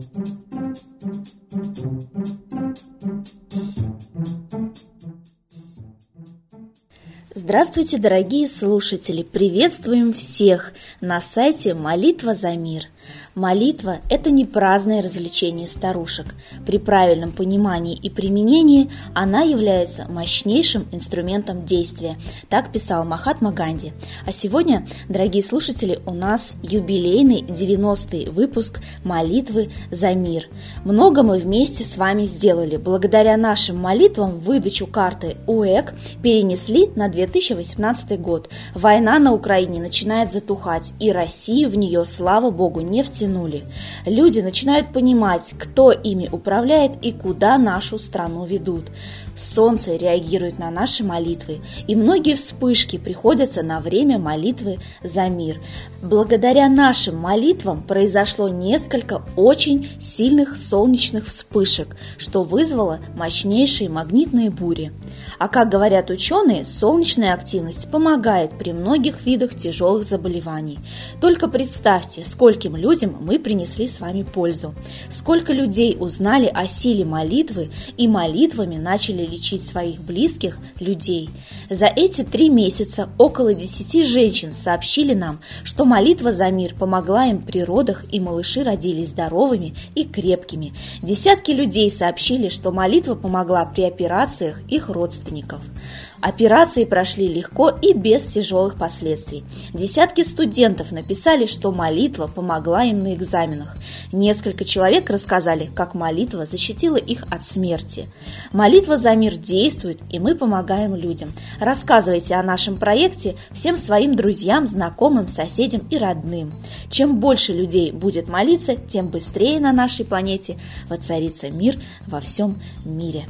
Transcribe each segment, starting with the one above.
Здравствуйте, дорогие слушатели! Приветствуем всех на сайте «Молитва за мир». Молитва – это не праздное развлечение старушек. При правильном понимании и применении она является мощнейшим инструментом действия. Так писал Махатма Ганди. А сегодня, дорогие слушатели, у нас юбилейный 90-й выпуск «Молитвы за мир». Много мы вместе с вами сделали. Благодаря нашим молитвам выдачу карты УЭК перенесли на 2018 год. Война на Украине начинает затухать, и Россию в нее, слава богу, не втянули. Люди начинают понимать, кто ими управляет и куда нашу страну ведут. Солнце реагирует на наши молитвы, и многие вспышки приходятся на время молитвы за мир. Благодаря нашим молитвам произошло несколько очень сильных солнечных вспышек, что вызвало мощнейшие магнитные бури. А как говорят ученые, солнечная активность помогает при многих видах тяжелых заболеваний. Только представьте, скольким людям мы принесли с вами пользу. Сколько людей узнали о силе молитвы и молитвами начали лечить своих близких людей. За эти 3 месяца около 10 женщин сообщили нам, что молитва за мир помогла им при родах, и малыши родились здоровыми и крепкими. Десятки людей сообщили, что молитва помогла при операциях их родственников. Операции прошли легко и без тяжелых последствий. Десятки студентов написали, что молитва помогла им на экзаменах. Несколько человек рассказали, как молитва защитила их от смерти. Молитва за мир действует, и мы помогаем людям. Рассказывайте о нашем проекте всем своим друзьям, знакомым, соседям и родным. Чем больше людей будет молиться, тем быстрее на нашей планете воцарится мир во всем мире.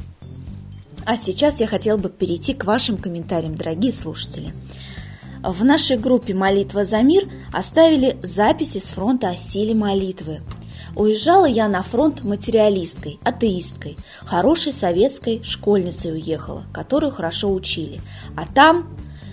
А сейчас я хотела бы перейти к вашим комментариям, дорогие слушатели. В нашей группе «Молитва за мир» оставили записи с фронта о силе молитвы. Уезжала я на фронт материалисткой, атеисткой, хорошей советской школьницей уехала, которую хорошо учили. А там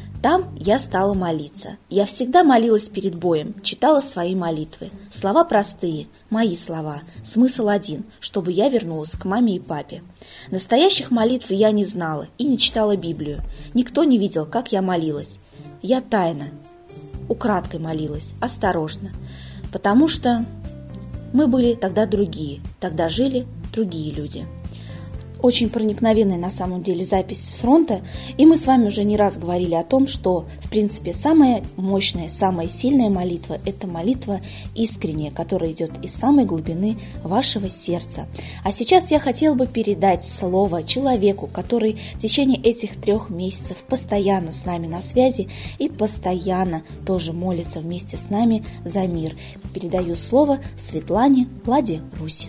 я стала молиться. Я всегда молилась перед боем, читала свои молитвы. Слова простые, мои слова, смысл один, чтобы я вернулась к маме и папе. Настоящих молитв я не знала и не читала Библию. Никто не видел, как я молилась. Я тайно, украдкой молилась, осторожно, потому что мы были тогда другие, тогда жили другие люди. Очень проникновенная на самом деле запись с фронта, и мы с вами уже не раз говорили о том, что, в принципе, самая мощная, самая сильная молитва – это молитва искренняя, которая идет из самой глубины вашего сердца. А сейчас я хотела бы передать слово человеку, который в течение этих 3 месяцев постоянно с нами на связи и постоянно тоже молится вместе с нами за мир. Передаю слово Светлане Ладе-Русь.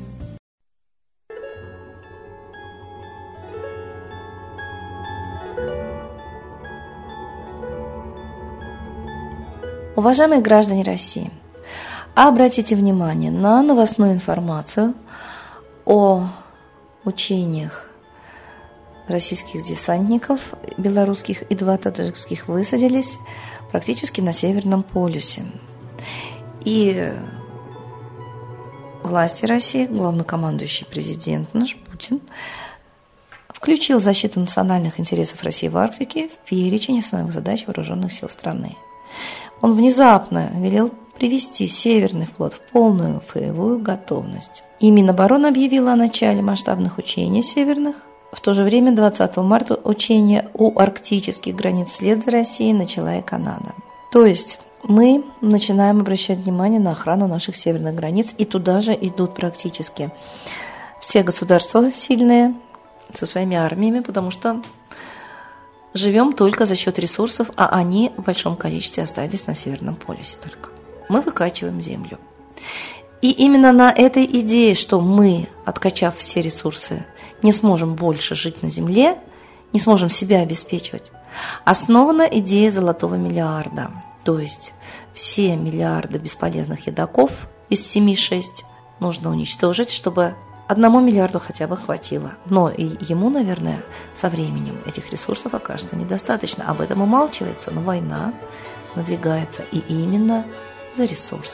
Уважаемые граждане России, обратите внимание на новостную информацию о учениях российских десантников, белорусских и 2 таджикских высадились практически на Северном полюсе. И власти России, главнокомандующий президент наш Путин, включил защиту национальных интересов России в Арктике в перечень основных задач вооруженных сил страны. Он внезапно велел привести Северный флот в полную боевую готовность. И Минобороны объявила о начале масштабных учений северных. В то же время 20 марта учения у арктических границ вслед за Россией начала и Канада. То есть мы начинаем обращать внимание на охрану наших северных границ, и туда же идут практически все государства сильные со своими армиями, потому что живем только за счет ресурсов, а они в большом количестве остались на Северном полюсе только. Мы выкачиваем землю. И именно на этой идее, что мы, откачав все ресурсы, не сможем больше жить на Земле, не сможем себя обеспечивать, основана идея золотого миллиарда. То есть все миллиарды бесполезных едоков из 7-6 нужно уничтожить, чтобы 1 миллиарду хотя бы хватило. Но и ему, наверное, со временем этих ресурсов окажется недостаточно. Об этом умалчивается, но война надвигается и именно за ресурсы.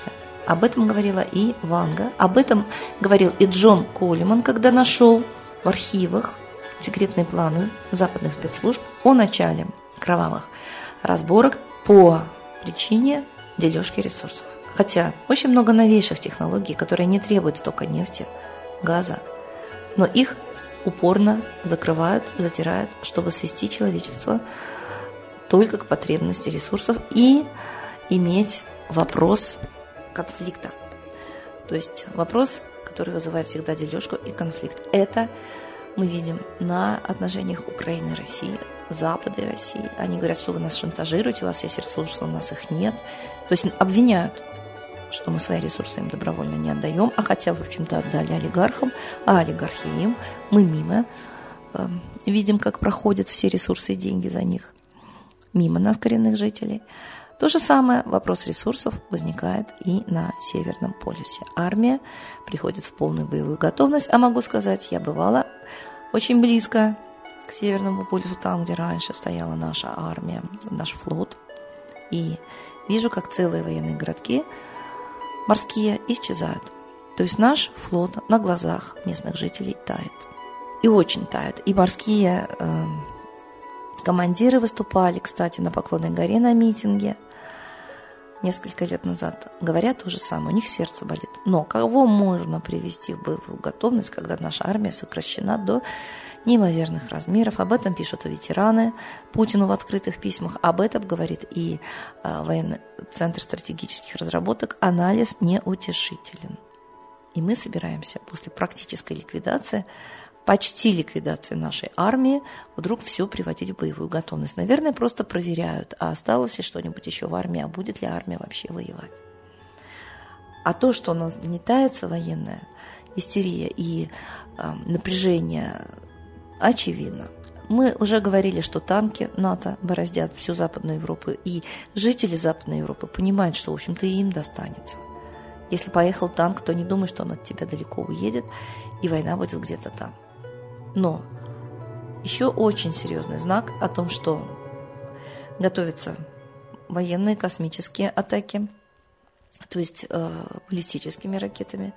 Об этом говорила и Ванга, об этом говорил и Джон Коллиман, когда нашел в архивах секретные планы западных спецслужб о начале кровавых разборок по причине дележки ресурсов. Хотя очень много новейших технологий, которые не требуют столько нефти, газа, но их упорно закрывают, затирают, чтобы свести человечество только к потребности ресурсов и иметь вопрос конфликта. То есть вопрос, который вызывает всегда дележку и конфликт. Это мы видим на отношениях Украины и России, Запада и России. Они говорят, что вы нас шантажируете, у вас есть ресурсы, у нас их нет. То есть обвиняют, что мы свои ресурсы им добровольно не отдаем, а хотя, в общем-то, отдали олигархам, а олигархи им. Мы мимо видим, как проходят все ресурсы и деньги за них. Мимо нас, коренных жителей. То же самое, вопрос ресурсов возникает и на Северном полюсе. Армия приходит в полную боевую готовность, а могу сказать, я бывала очень близко к Северному полюсу, там, где раньше стояла наша армия, наш флот, и вижу, как целые военные городки морские исчезают. То есть наш флот на глазах местных жителей тает. И очень тает. И морские командиры выступали, кстати, на Поклонной горе на митинге несколько лет назад. Говорят то же самое, у них сердце болит. Но кого можно привести в боевую готовность, когда наша армия сокращена до неимоверных размеров? Об этом пишут ветераны Путину в открытых письмах. Об этом говорит и военный центр стратегических разработок. Анализ неутешителен. И мы собираемся после практической ликвидации, почти ликвидации нашей армии, вдруг все приводить в боевую готовность. Наверное, просто проверяют, а осталось ли что-нибудь еще в армии, а будет ли армия вообще воевать. А то, что нагнетается военная истерия и напряжение, очевидно. Мы уже говорили, что танки НАТО бороздят всю Западную Европу, и жители Западной Европы понимают, что, в общем-то, и им достанется. Если поехал танк, то не думай, что он от тебя далеко уедет, и война будет где-то там. Но еще очень серьезный знак о том, что готовятся военные космические атаки, то есть баллистическими ракетами,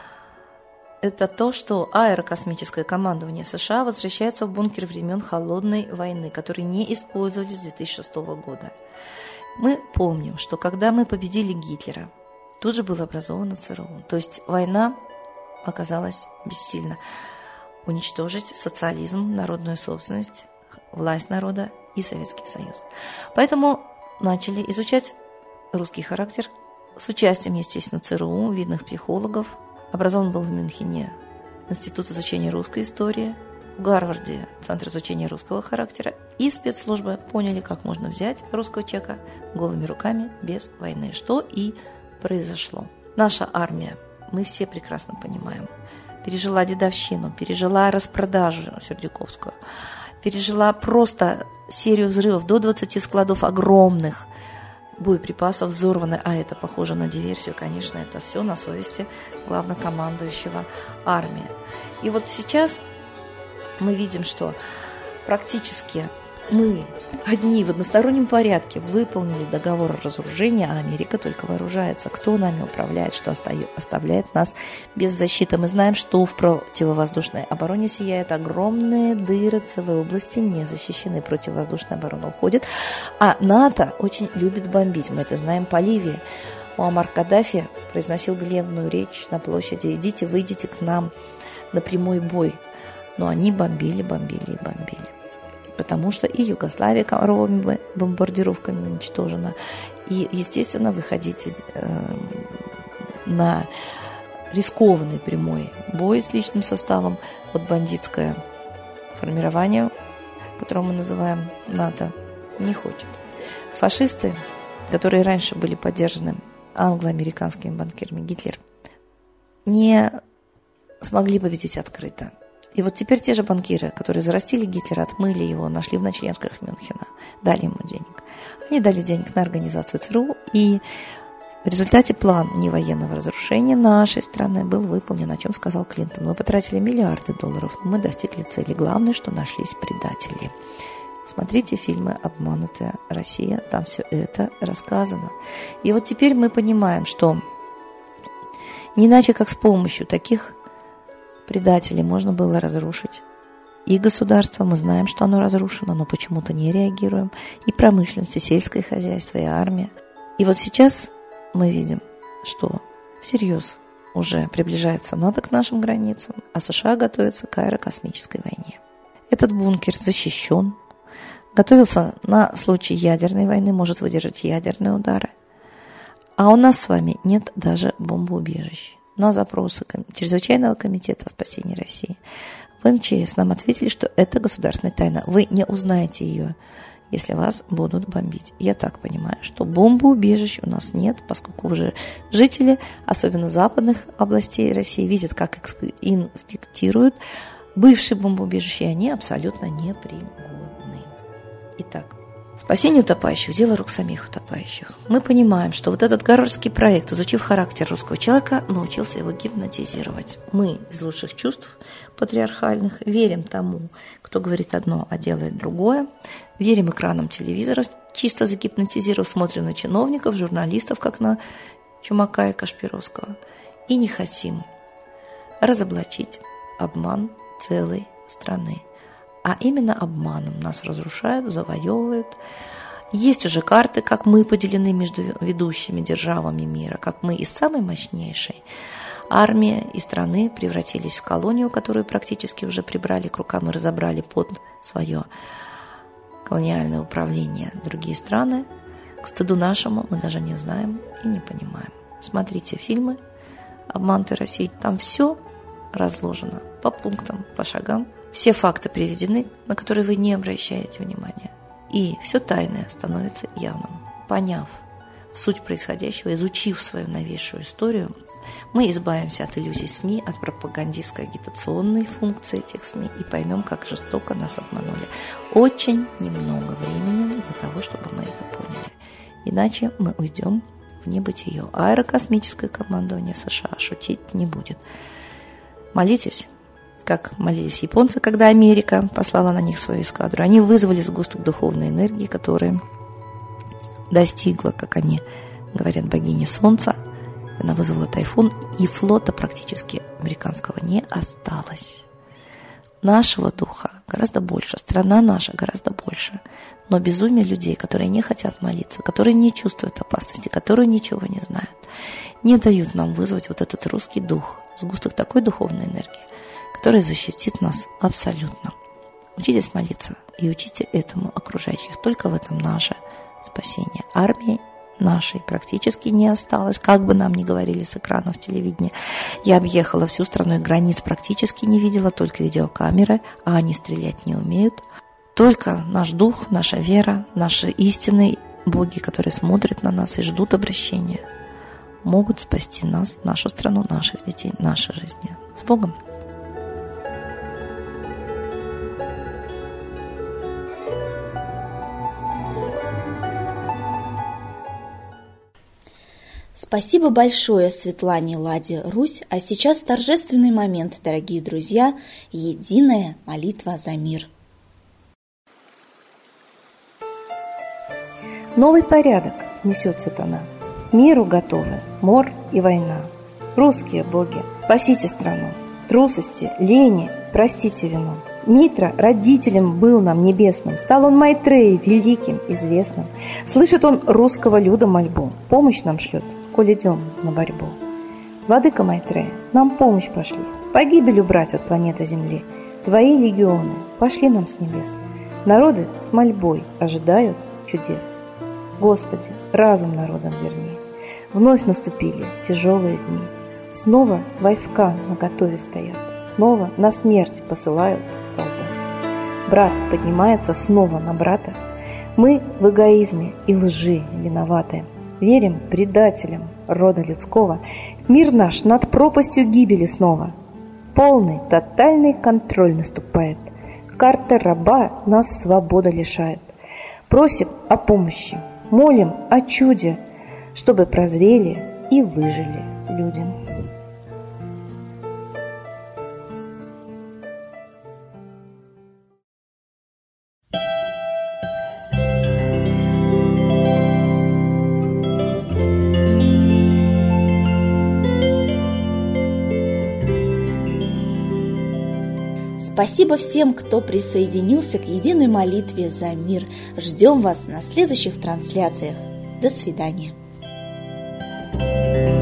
это то, что аэрокосмическое командование США возвращается в бункер времен Холодной войны, который не использовали с 2006 года. Мы помним, что когда мы победили Гитлера, тут же было образовано ЦРУ. То есть война оказалась бессильна уничтожить социализм, народную собственность, власть народа и Советский Союз. Поэтому начали изучать русский характер с участием, естественно, ЦРУ, видных психологов. Образован был в Мюнхене Институт изучения русской истории, в Гарварде Центр изучения русского характера, и спецслужбы поняли, как можно взять русского человека голыми руками без войны, что и произошло. Наша армия, мы все прекрасно понимаем, пережила дедовщину, пережила распродажу Сердюковскую, пережила просто серию взрывов, до 20 складов огромных боеприпасов взорваны, а это похоже на диверсию, конечно, это все на совести главнокомандующего армии. И вот сейчас мы видим, что практически мы одни в одностороннем порядке выполнили договор о разоружении, а Америка только вооружается. Кто нами управляет, что оставляет нас без защиты? Мы знаем, что в противовоздушной обороне сияют огромные дыры, целые области не защищены, противовоздушная оборона уходит. А НАТО очень любит бомбить, мы это знаем по Ливии. Муаммар Каддафи произносил гневную речь на площади: «Идите, выйдите к нам на прямой бой». Но они бомбили. Потому что и Югославия коровыми бомбардировками уничтожена. И, естественно, выходить на рискованный прямой бой с личным составом, вот бандитское формирование, которое мы называем НАТО, не хочет. Фашисты, которые раньше были поддержаны англо-американскими банкирами, Гитлер, не смогли победить открыто. И вот теперь те же банкиры, которые зарастили Гитлера, отмыли его, нашли в ночлежках Мюнхена, дали ему денег. Они дали денег на организацию ЦРУ, и в результате план невоенного разрушения нашей страны был выполнен, о чем сказал Клинтон. Мы потратили миллиарды долларов, но мы достигли цели. Главное, что нашлись предатели. Смотрите фильмы «Обманутая Россия», там все это рассказано. И вот теперь мы понимаем, что Не иначе, как с помощью таких предателей можно было разрушить и государство, мы знаем, что оно разрушено, но почему-то не реагируем, и промышленность, и сельское хозяйство, и армия. И вот сейчас мы видим, что всерьез уже приближается НАТО к нашим границам, а США готовятся к аэрокосмической войне. Этот бункер защищен, готовился на случай ядерной войны, может выдержать ядерные удары. А у нас с вами нет даже бомбоубежищ. На запросы Чрезвычайного комитета спасения России в МЧС нам ответили, что это государственная тайна. Вы не узнаете ее, если вас будут бомбить. Я так понимаю, что бомбоубежищ у нас нет, поскольку уже жители, особенно западных областей России, видят, как инспектируют бывшие бомбоубежища, и они абсолютно непригодны. Итак, спасение утопающих – дело рук самих утопающих. Мы понимаем, что вот этот гарвардский проект, изучив характер русского человека, научился его гипнотизировать. Мы из лучших чувств патриархальных верим тому, кто говорит одно, а делает другое. Верим экранам телевизоров, чисто загипнотизировав, смотрим на чиновников, журналистов, как на Чумака и Кашпировского. И не хотим разоблачить обман целой страны. А именно обманом нас разрушают, завоевывают. Есть уже карты, как мы поделены между ведущими державами мира, как мы из самой мощнейшей армии и страны превратились в колонию, которую практически уже прибрали к рукам и разобрали под свое колониальное управление другие страны. К стыду нашему мы даже не знаем и не понимаем. Смотрите фильмы «Обманутая Россия», там все разложено по пунктам, по шагам. Все факты приведены, на которые вы не обращаете внимания. И все тайное становится явным. Поняв суть происходящего, изучив свою новейшую историю, мы избавимся от иллюзий СМИ, от пропагандистской агитационной функции этих СМИ и поймем, как жестоко нас обманули. Очень немного времени для того, чтобы мы это поняли. Иначе мы уйдем в небытие. Аэрокосмическое командование США шутить не будет. Молитесь, как молились японцы, когда Америка послала на них свою эскадру. Они вызвали сгусток духовной энергии, которая достигла, как они говорят, богини Солнца. Она вызвала тайфун, и флота практически американского не осталось. Нашего духа гораздо больше, страна наша гораздо больше. Но безумие людей, которые не хотят молиться, которые не чувствуют опасности, которые ничего не знают, не дают нам вызвать вот этот русский дух, сгусток такой духовной энергии, который защитит нас абсолютно. Учитесь молиться и учите этому окружающих. Только в этом наше спасение. Армии нашей практически не осталось, как бы нам ни говорили с экранов телевидения. Я объехала всю страну и границ практически не видела, только видеокамеры, а они стрелять не умеют. Только наш дух, наша вера, наши истинные боги, которые смотрят на нас и ждут обращения, могут спасти нас, нашу страну, наших детей, наши жизни. С Богом! Спасибо большое Светлане Ладе Русь. А сейчас торжественный момент, дорогие друзья, единая молитва за мир. Новый порядок несет сатана. Миру готовы мор и война. Русские боги, спасите страну. Трусости, лени, простите вину. Митра родителем был нам небесным, стал он Майтреей великим, известным. Слышит он русского люда мольбу, помощь нам шлет, коль идем на борьбу. Владыка Майтрея, нам помощь пошли, погибель убрать от планеты Земли. Твои легионы пошли нам с небес. Народы с мольбой ожидают чудес. Господи, разум народам верни. Вновь наступили тяжелые дни. Снова войска наготове стоят. Снова на смерть посылают солдат. Брат поднимается снова на брата. Мы в эгоизме и лжи виноваты. Верим предателям рода людского. Мир наш над пропастью гибели снова. Полный, тотальный контроль наступает. Карта раба нас свобода лишает. Просим о помощи, молим о чуде, чтобы прозрели и выжили люди. Спасибо всем, кто присоединился к единой молитве за мир. Ждем вас на следующих трансляциях. До свидания.